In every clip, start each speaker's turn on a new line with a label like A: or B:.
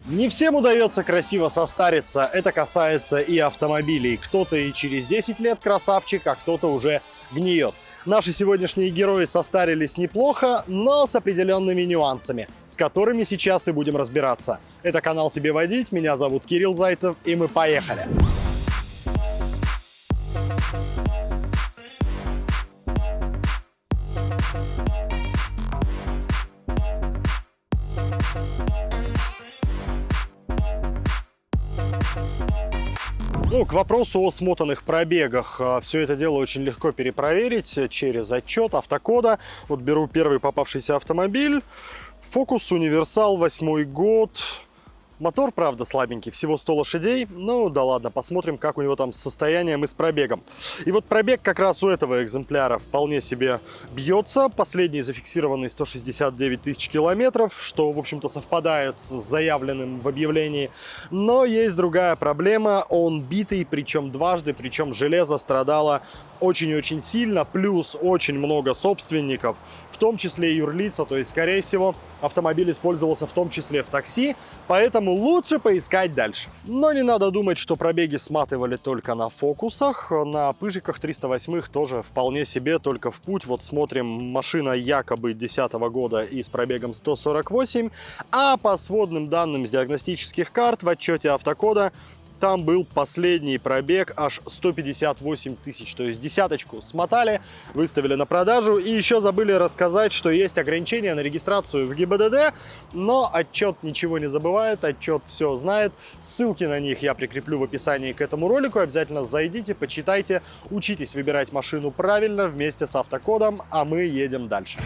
A: Не всем удается красиво состариться, это касается и автомобилей. Кто-то и через 10 лет красавчик, а кто-то уже гниет. Наши сегодняшние герои состарились неплохо, но с определенными нюансами, с которыми сейчас и будем разбираться. Это канал «Тебе водить», меня зовут Кирилл Зайцев, и мы поехали! К вопросу о смотанных пробегах. Все это дело очень легко перепроверить через отчет автокода. Вот беру первый попавшийся автомобиль. Focus Универсал, 8-й год. Мотор, правда, слабенький, всего 100 лошадей. Ну да ладно, посмотрим, как у него там с состоянием и с пробегом. И вот пробег как раз у этого экземпляра вполне себе бьется. Последний зафиксированный 169 тысяч километров, что, в общем-то, совпадает с заявленным в объявлении. Но есть другая проблема. Он битый, причем дважды, причем железо страдало очень и очень сильно. Плюс очень много собственников, в том числе и юрлица. То есть, скорее всего, автомобиль использовался в том числе в такси. Поэтому лучше поискать дальше. Но не надо думать, что пробеги сматывали только на фокусах. На пыжиках 308-х тоже вполне себе, только в путь. Вот смотрим, машина якобы 2010 года и с пробегом 148. А по сводным данным с диагностических карт в отчете автокода там был последний пробег аж 158 тысяч. То есть десяточку смотали, выставили на продажу. И еще забыли рассказать, что есть ограничения на регистрацию в ГИБДД. Но отчет ничего не забывает, отчет все знает. Ссылки на них я прикреплю в описании к этому ролику. Обязательно зайдите, почитайте, учитесь выбирать машину правильно вместе с автокодом. А мы едем дальше.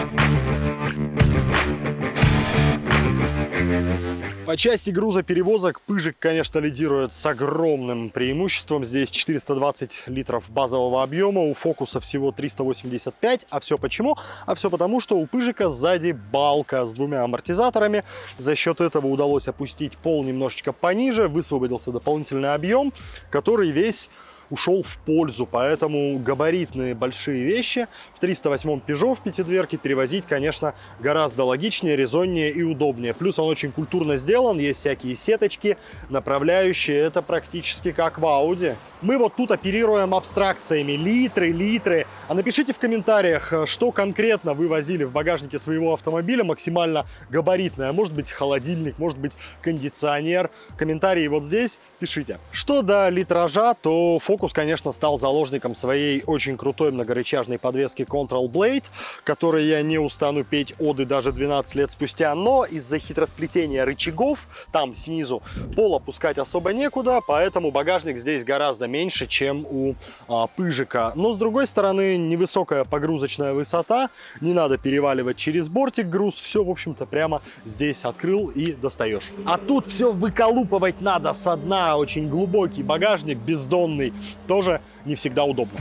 A: По части грузоперевозок Пыжик, конечно, лидирует с огромным преимуществом. Здесь 420 литров базового объема, у Фокуса всего 385. А все почему? А все потому, что у Пыжика сзади балка с двумя амортизаторами. За счет этого удалось опустить пол немножечко пониже, высвободился дополнительный объем, который весь ушел в пользу, поэтому габаритные большие вещи в 308-м Peugeot в пятидверке перевозить, конечно, гораздо логичнее, резоннее и удобнее. Плюс он очень культурно сделан, есть всякие сеточки, направляющие, это практически как в Audi. Мы вот тут оперируем абстракциями, литры. А напишите в комментариях, что конкретно вы возили в багажнике своего автомобиля максимально габаритное. Может быть холодильник, может быть кондиционер. Комментарии вот здесь пишите. Что до литража, то Focus, конечно, стал заложником своей очень крутой многорычажной подвески Control Blade, которой я не устану петь оды даже 12 лет спустя, но из-за хитросплетения рычагов там снизу пол опускать особо некуда, поэтому багажник здесь гораздо меньше, чем у Пыжика. Но, с другой стороны, невысокая погрузочная высота, не надо переваливать через бортик груз, все, в общем-то, прямо здесь открыл и достаешь. А тут все выколупывать надо со дна, очень глубокий багажник, бездонный. Тоже не всегда удобно.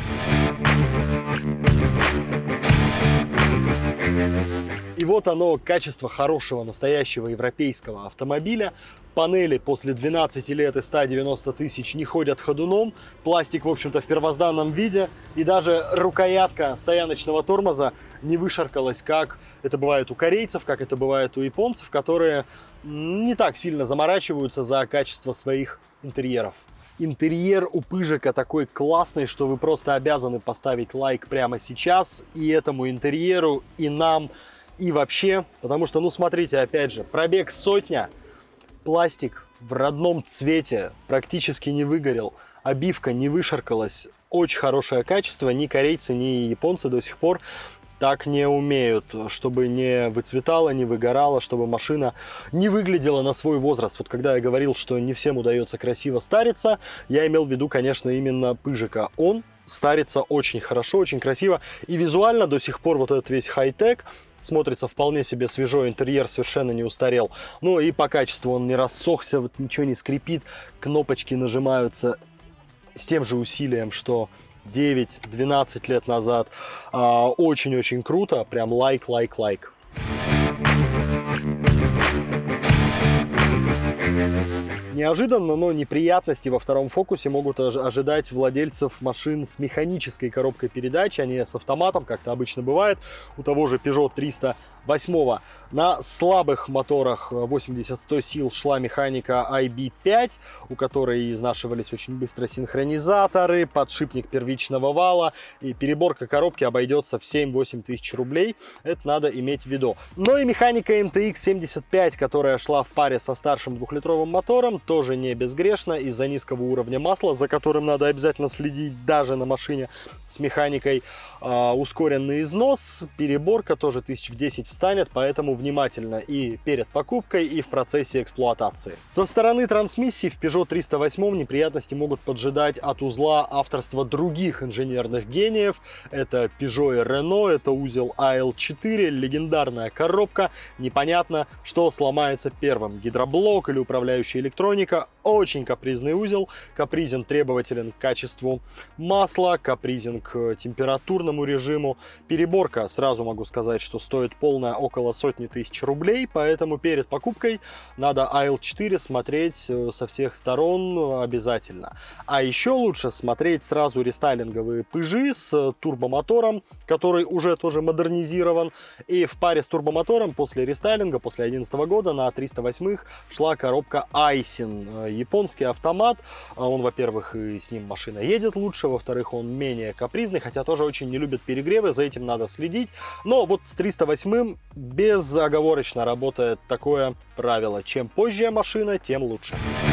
A: И вот оно, качество хорошего настоящего европейского автомобиля. Панели после 12 лет и 190 тысяч не ходят ходуном. Пластик, в общем-то, в первозданном виде. И даже рукоятка стояночного тормоза не вышаркалась, как это бывает у корейцев, как это бывает у японцев, которые не так сильно заморачиваются за качество своих интерьеров. Интерьер у Пыжика такой классный, что вы просто обязаны поставить лайк прямо сейчас и этому интерьеру, и нам, и вообще. Потому что, ну смотрите, опять же, пробег 100, пластик в родном цвете, практически не выгорел, обивка не вышаркалась, очень хорошее качество, ни корейцы, ни японцы до сих пор так не умеют, чтобы не выцветало, не выгорало, чтобы машина не выглядела на свой возраст. Вот когда я говорил, что не всем удается красиво стариться, я имел в виду, конечно, именно Пыжика. Он старится очень хорошо, очень красиво. И визуально до сих пор вот этот весь хай-тек смотрится вполне себе свежо, интерьер совершенно не устарел. Ну и по качеству он не рассохся, вот ничего не скрипит, кнопочки нажимаются с тем же усилием, что 9-12 лет назад. Очень-очень круто, прям лайк. Неожиданно, но неприятности во втором фокусе могут ожидать владельцев машин с механической коробкой передач, а не с автоматом, как это обычно бывает. У того же Peugeot 2008. На слабых моторах 80-100 сил шла механика IB5, у которой изнашивались очень быстро синхронизаторы, подшипник первичного вала, и переборка коробки обойдется в 7-8 тысяч рублей. Это надо иметь в виду. Но и механика MTX 75, которая шла в паре со старшим двухлитровым мотором, тоже не безгрешна из-за низкого уровня масла, за которым надо обязательно следить даже на машине с механикой. Ускоренный износ, переборка тоже 1010 встанет, поэтому внимательно и перед покупкой, и в процессе эксплуатации. Со стороны трансмиссии в Peugeot 308 неприятности могут поджидать от узла авторства других инженерных гениев. Это Peugeot и Renault, это узел AL4, легендарная коробка. Непонятно, что сломается первым: гидроблок или управляющая электроника. Очень капризный узел, капризен, требователен к качеству масла, капризен к температурному режиму. Переборка, сразу могу сказать, что стоит полная около сотни тысяч рублей, поэтому перед покупкой надо AL4 смотреть со всех сторон обязательно. А еще лучше смотреть сразу рестайлинговые Peugeot с турбомотором, который уже тоже модернизирован. И в паре с турбомотором после рестайлинга, после 2011 года на 308-х шла коробка Aisin. Японский автомат. Он, во-первых, и с ним машина едет лучше, во-вторых, он менее капризный, хотя тоже очень не любит перегревы, за этим надо следить. Но вот с 308-м безоговорочно работает такое правило: чем позже машина, тем лучше.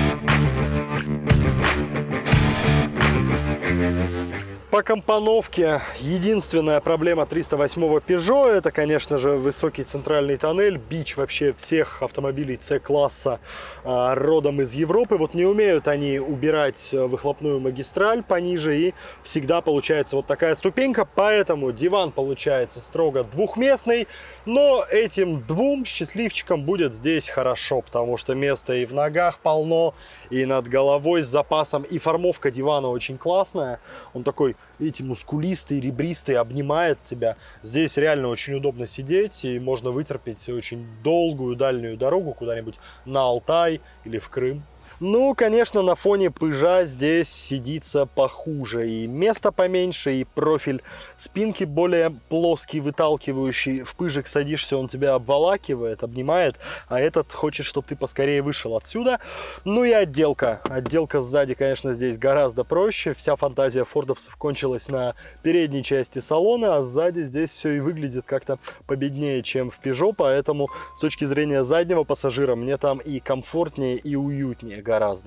A: По компоновке единственная проблема 308-го Peugeot — это, конечно же, высокий центральный тоннель, бич вообще всех автомобилей C-класса родом из Европы. Вот не умеют они убирать выхлопную магистраль пониже, и всегда получается вот такая ступенька, поэтому диван получается строго двухместный, но этим двум счастливчикам будет здесь хорошо, потому что места и в ногах полно, и над головой с запасом, и формовка дивана очень классная. Он такой, видите, мускулистый, ребристый, обнимает тебя. Здесь реально очень удобно сидеть, и можно вытерпеть очень долгую дальнюю дорогу куда-нибудь на Алтай или в Крым. Ну, конечно, на фоне Пыжа здесь сидится похуже. И место поменьше, и профиль спинки более плоский, выталкивающий. В Пыжик садишься, он тебя обволакивает, обнимает, а этот хочет, чтобы ты поскорее вышел отсюда. Ну и отделка. Отделка сзади, конечно, здесь гораздо проще. Вся фантазия фордовцев кончилась на передней части салона, а сзади здесь все и выглядит как-то победнее, чем в Peugeot. Поэтому с точки зрения заднего пассажира мне там и комфортнее, и уютнее гораздо.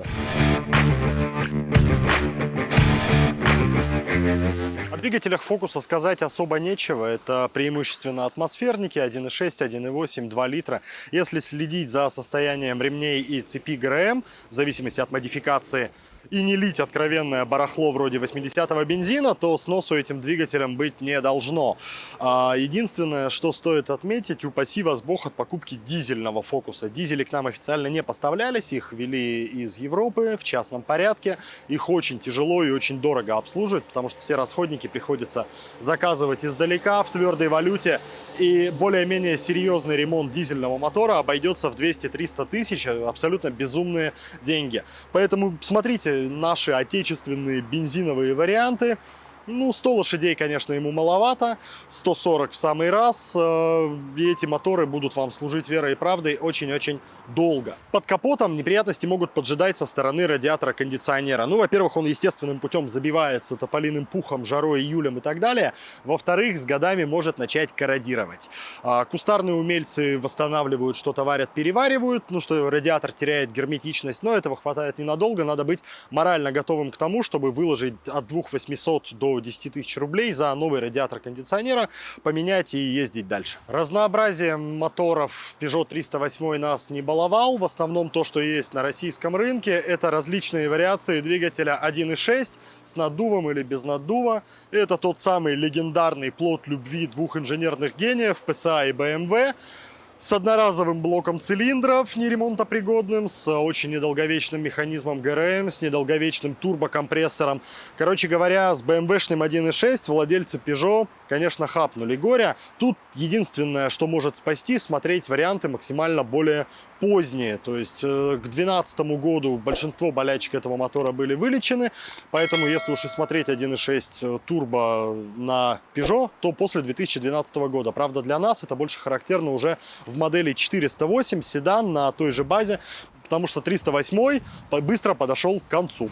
A: О двигателях Фокуса сказать особо нечего. Это преимущественно атмосферники 1.6, 1.8, 2 литра. Если следить за состоянием ремней и цепи ГРМ, в зависимости от модификации, и не лить откровенное барахло вроде 80-го бензина, то сносу этим двигателем быть не должно. Единственное, что стоит отметить, упаси вас Бог от покупки дизельного Фокуса. Дизели к нам официально не поставлялись, их вели из Европы в частном порядке. Их очень тяжело и очень дорого обслуживать, потому что все расходники приходится заказывать издалека в твердой валюте. И более-менее серьезный ремонт дизельного мотора обойдется в 200-300 тысяч, абсолютно безумные деньги. Поэтому смотрите наши отечественные бензиновые варианты. Ну, 100 лошадей, конечно, ему маловато, 140 в самый раз, и эти моторы будут вам служить верой и правдой очень-очень долго. Под капотом неприятности могут поджидать со стороны радиатора кондиционера. Ну, во-первых, он естественным путем забивается тополиным пухом, жарой, июлем и так далее. Во-вторых, с годами может начать корродировать. Кустарные умельцы восстанавливают, что-то варят, переваривают, ну, что радиатор теряет герметичность, но этого хватает ненадолго. Надо быть морально готовым к тому, чтобы выложить от 2800 до 10 тысяч рублей за новый радиатор кондиционера, поменять и ездить дальше. Разнообразие моторов Peugeot 308 нас не баловал. В основном то, что есть на российском рынке, это различные вариации двигателя 1.6 с наддувом или без наддува. Это тот самый легендарный плод любви двух инженерных гениев PSA и BMW. С одноразовым блоком цилиндров, неремонтопригодным, с очень недолговечным механизмом ГРМ, с недолговечным турбокомпрессором. Короче говоря, с BMW-шным 1.6 владельцы Peugeot, конечно, хапнули горя. Тут единственное, что может спасти, смотреть варианты максимально более поздние, то есть к 2012 году большинство болячек этого мотора были вылечены, поэтому если уж и смотреть 1.6 турбо на Peugeot, то после 2012 года. Правда, для нас это больше характерно уже в модели 408, седан на той же базе, потому что 308 быстро подошел к концу.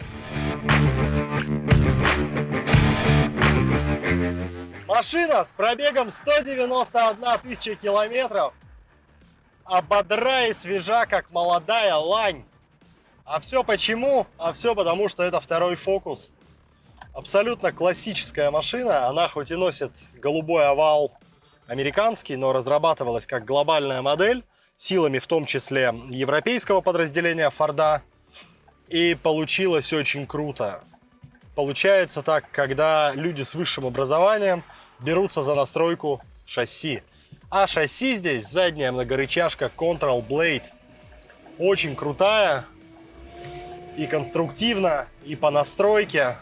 A: Машина с пробегом 191 тысяча километров. А бодра и свежа, как молодая лань. А все почему? А все потому, что это второй Focus. Абсолютно классическая машина. Она хоть и носит голубой овал американский, но разрабатывалась как глобальная модель, силами в том числе европейского подразделения Форда. И получилось очень круто. Получается так, когда люди с высшим образованием берутся за настройку шасси. А шасси здесь задняя многорычажка Control Blade. Очень крутая и конструктивно, и по настройке.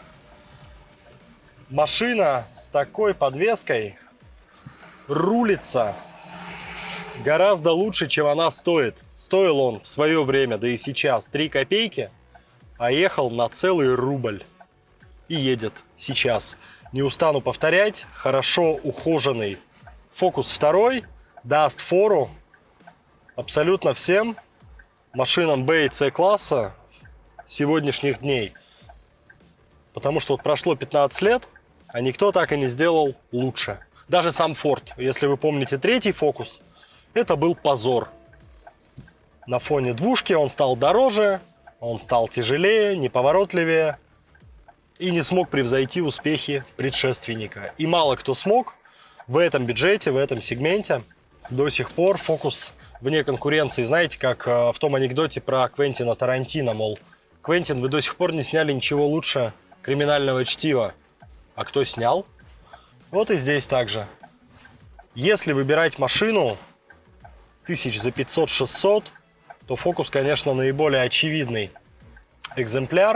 A: Машина с такой подвеской рулится гораздо лучше, чем она стоит. Стоил он в свое время, да и сейчас, 3 копейки, а ехал на целый рубль. И едет сейчас. Не устану повторять, хорошо ухоженный Focus 2 даст фору абсолютно всем машинам B и C класса сегодняшних дней. Потому что вот прошло 15 лет, а никто так и не сделал лучше. Даже сам Ford, если вы помните третий Focus, это был позор. На фоне двушки он стал дороже, он стал тяжелее, неповоротливее и не смог превзойти успехи предшественника. И мало кто смог. В этом бюджете, в этом сегменте до сих пор Focus вне конкуренции. Знаете, как в том анекдоте про Квентина Тарантино, мол, Квентин, вы до сих пор не сняли ничего лучше «Криминального чтива». А кто снял? Вот и здесь также. Если выбирать машину тысяч за 500-600, то Focus, конечно, наиболее очевидный экземпляр,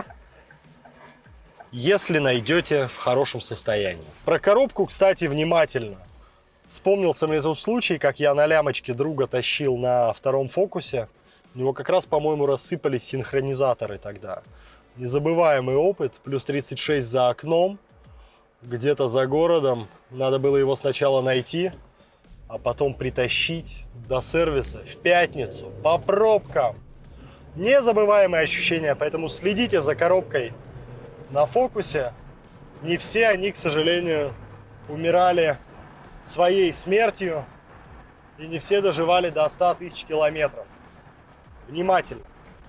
A: если найдете в хорошем состоянии. Про коробку, кстати, внимательно. Вспомнился мне тот случай, как я на лямочке друга тащил на втором Фокусе. У него как раз, по-моему, рассыпались синхронизаторы тогда. Незабываемый опыт, плюс 36 за окном, где-то за городом. Надо было его сначала найти, а потом притащить до сервиса в пятницу по пробкам. Незабываемые ощущения, поэтому следите за коробкой на Фокусе. Не все они, к сожалению, умирали своей смертью, и не все доживали до 100 тысяч километров. Внимательно.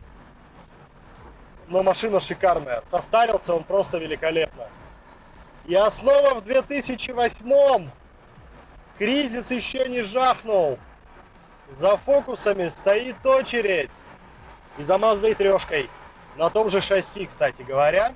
A: Но машина шикарная. Состарился он просто великолепно. И основа в 2008-м. Кризис еще не жахнул. За Фокусами стоит очередь. И за Маздой 3. На том же шасси, кстати говоря.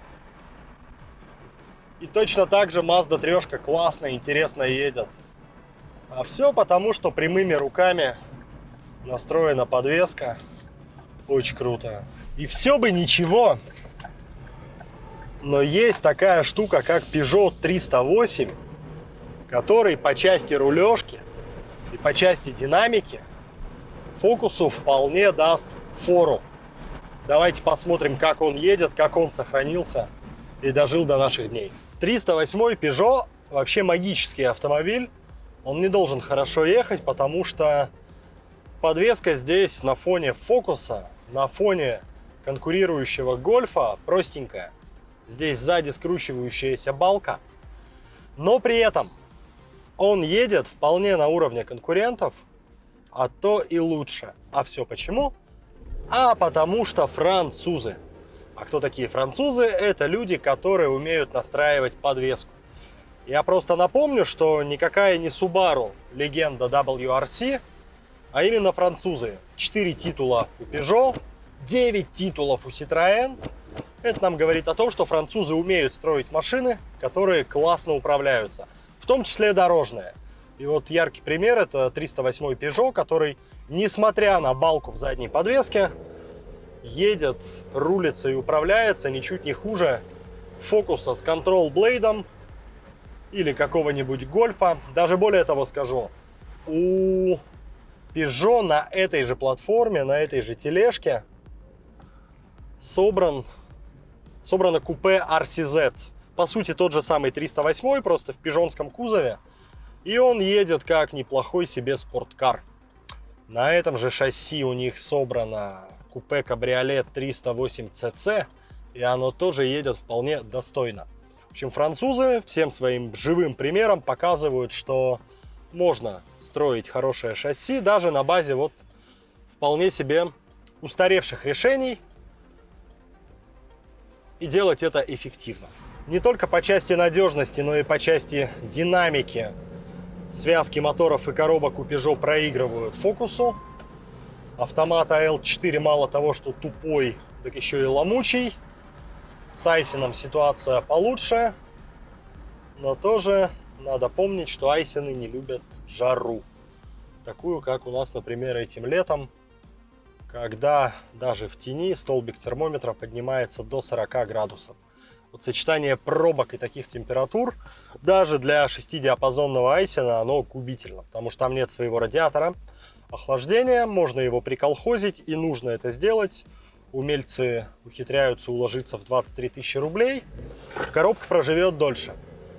A: И точно так же Mazda 3 классно, интересно едет. А все потому, что прямыми руками настроена подвеска. Очень круто. И все бы ничего. Но есть такая штука, как Peugeot 308, который по части рулежки и по части динамики Фокусу вполне даст фору. Давайте посмотрим, как он едет, как он сохранился и дожил до наших дней. 308 Peugeot вообще магический автомобиль. Он не должен хорошо ехать, потому что подвеска здесь на фоне Фокуса, на фоне конкурирующего Гольфа простенькая. Здесь сзади скручивающаяся балка. Но при этом он едет вполне на уровне конкурентов, а то и лучше. А все почему? А потому что французы. А кто такие французы? Это люди, которые умеют настраивать подвеску. Я просто напомню, что никакая не Subaru легенда WRC, а именно французы. 4 титула у Peugeot, 9 титулов у Citroën. Это нам говорит о том, что французы умеют строить машины, которые классно управляются, в том числе дорожные. И вот яркий пример — это 308 Peugeot, который, несмотря на балку в задней подвеске, едет, рулится и управляется ничуть не хуже Фокуса с Control Blade или какого-нибудь Гольфа. Даже более того скажу, у Peugeot на этой же платформе, на этой же тележке собрано купе RCZ. По сути, тот же самый 308, просто в пижонском кузове. И он едет как неплохой себе спорткар. На этом же шасси у них собрано купе-кабриолет 308cc. И оно тоже едет вполне достойно. В общем, французы всем своим живым примером показывают, что можно строить хорошее шасси даже на базе вот вполне себе устаревших решений и делать это эффективно. Не только по части надежности, но и по части динамики. Связки моторов и коробок у Peugeot проигрывают Фокусу. Автомат AL4 мало того, что тупой, так еще и ломучий. С айсином ситуация получше, но тоже надо помнить, что айсины не любят жару. Такую, как у нас, например, этим летом, когда даже в тени столбик термометра поднимается до 40 градусов. Вот сочетание пробок и таких температур даже для 6-диапазонного айсина оно губительно, потому что там нет своего радиатора охлаждения, можно его приколхозить, и нужно это сделать. Умельцы ухитряются уложиться в 23 тысячи рублей. Коробка проживет дольше.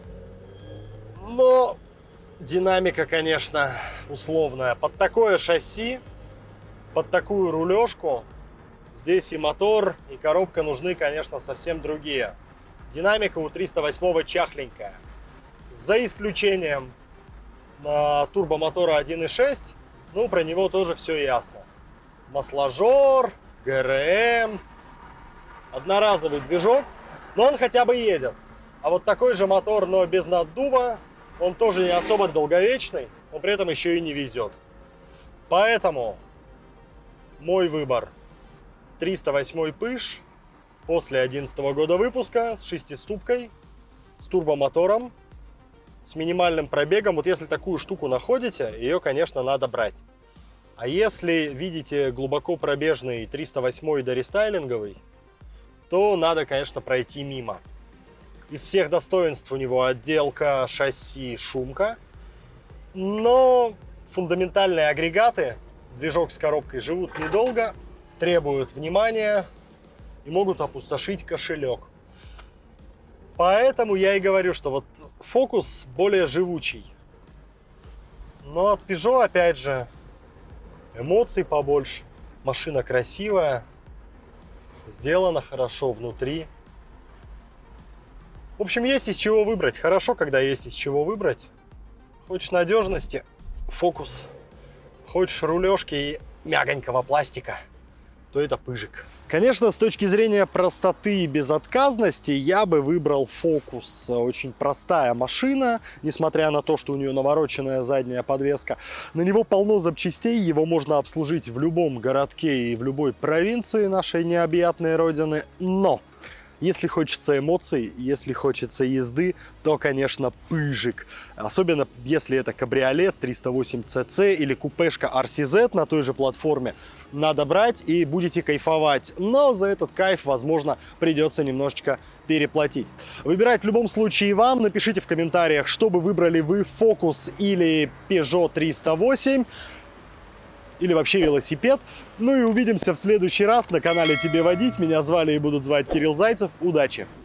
A: Но динамика, конечно, условная. Под такое шасси, под такую рулежку, здесь и мотор, и коробка нужны, конечно, совсем другие. Динамика у 308 чахленькая. За исключением турбомотора 1.6, ну, про него тоже все ясно. Масложор, ГРМ, одноразовый движок, но он хотя бы едет. А вот такой же мотор, но без наддува, он тоже не особо долговечный, но при этом еще и не везет. Поэтому мой выбор 308 Peugeot после 2011 года выпуска с 6-ступкой, с турбомотором, с минимальным пробегом. Вот если такую штуку находите, ее, конечно, надо брать. А если видите глубоко пробежный 308 дорестайлинговый, то надо, конечно, пройти мимо. Из всех достоинств у него отделка, шасси, шумка. Но фундаментальные агрегаты, движок с коробкой, живут недолго, требуют внимания и могут опустошить кошелек. Поэтому я и говорю, что вот Focus более живучий. Но от Peugeot, опять же, эмоций побольше. Машина красивая, сделана хорошо внутри. В общем, есть из чего выбрать. Хорошо, когда есть из чего выбрать. Хочешь надежности — Focus. Хочешь рулежки и мягонького пластика — то это пыжик. Конечно, с точки зрения простоты и безотказности, я бы выбрал Focus. Очень простая машина, несмотря на то, что у нее навороченная задняя подвеска. На него полно запчастей, его можно обслужить в любом городке и в любой провинции нашей необъятной родины. Но если хочется эмоций, если хочется езды, то, конечно, пыжик. Особенно, если это кабриолет 308cc или купешка RCZ на той же платформе. Надо брать и будете кайфовать. Но за этот кайф, возможно, придется немножечко переплатить. Выбирать в любом случае вам. Напишите в комментариях, что бы выбрали вы, Focus или Peugeot 308. Или вообще велосипед. Ну и увидимся в следующий раз на канале Тебе Водить. Меня звали и будут звать Кирилл Зайцев. Удачи!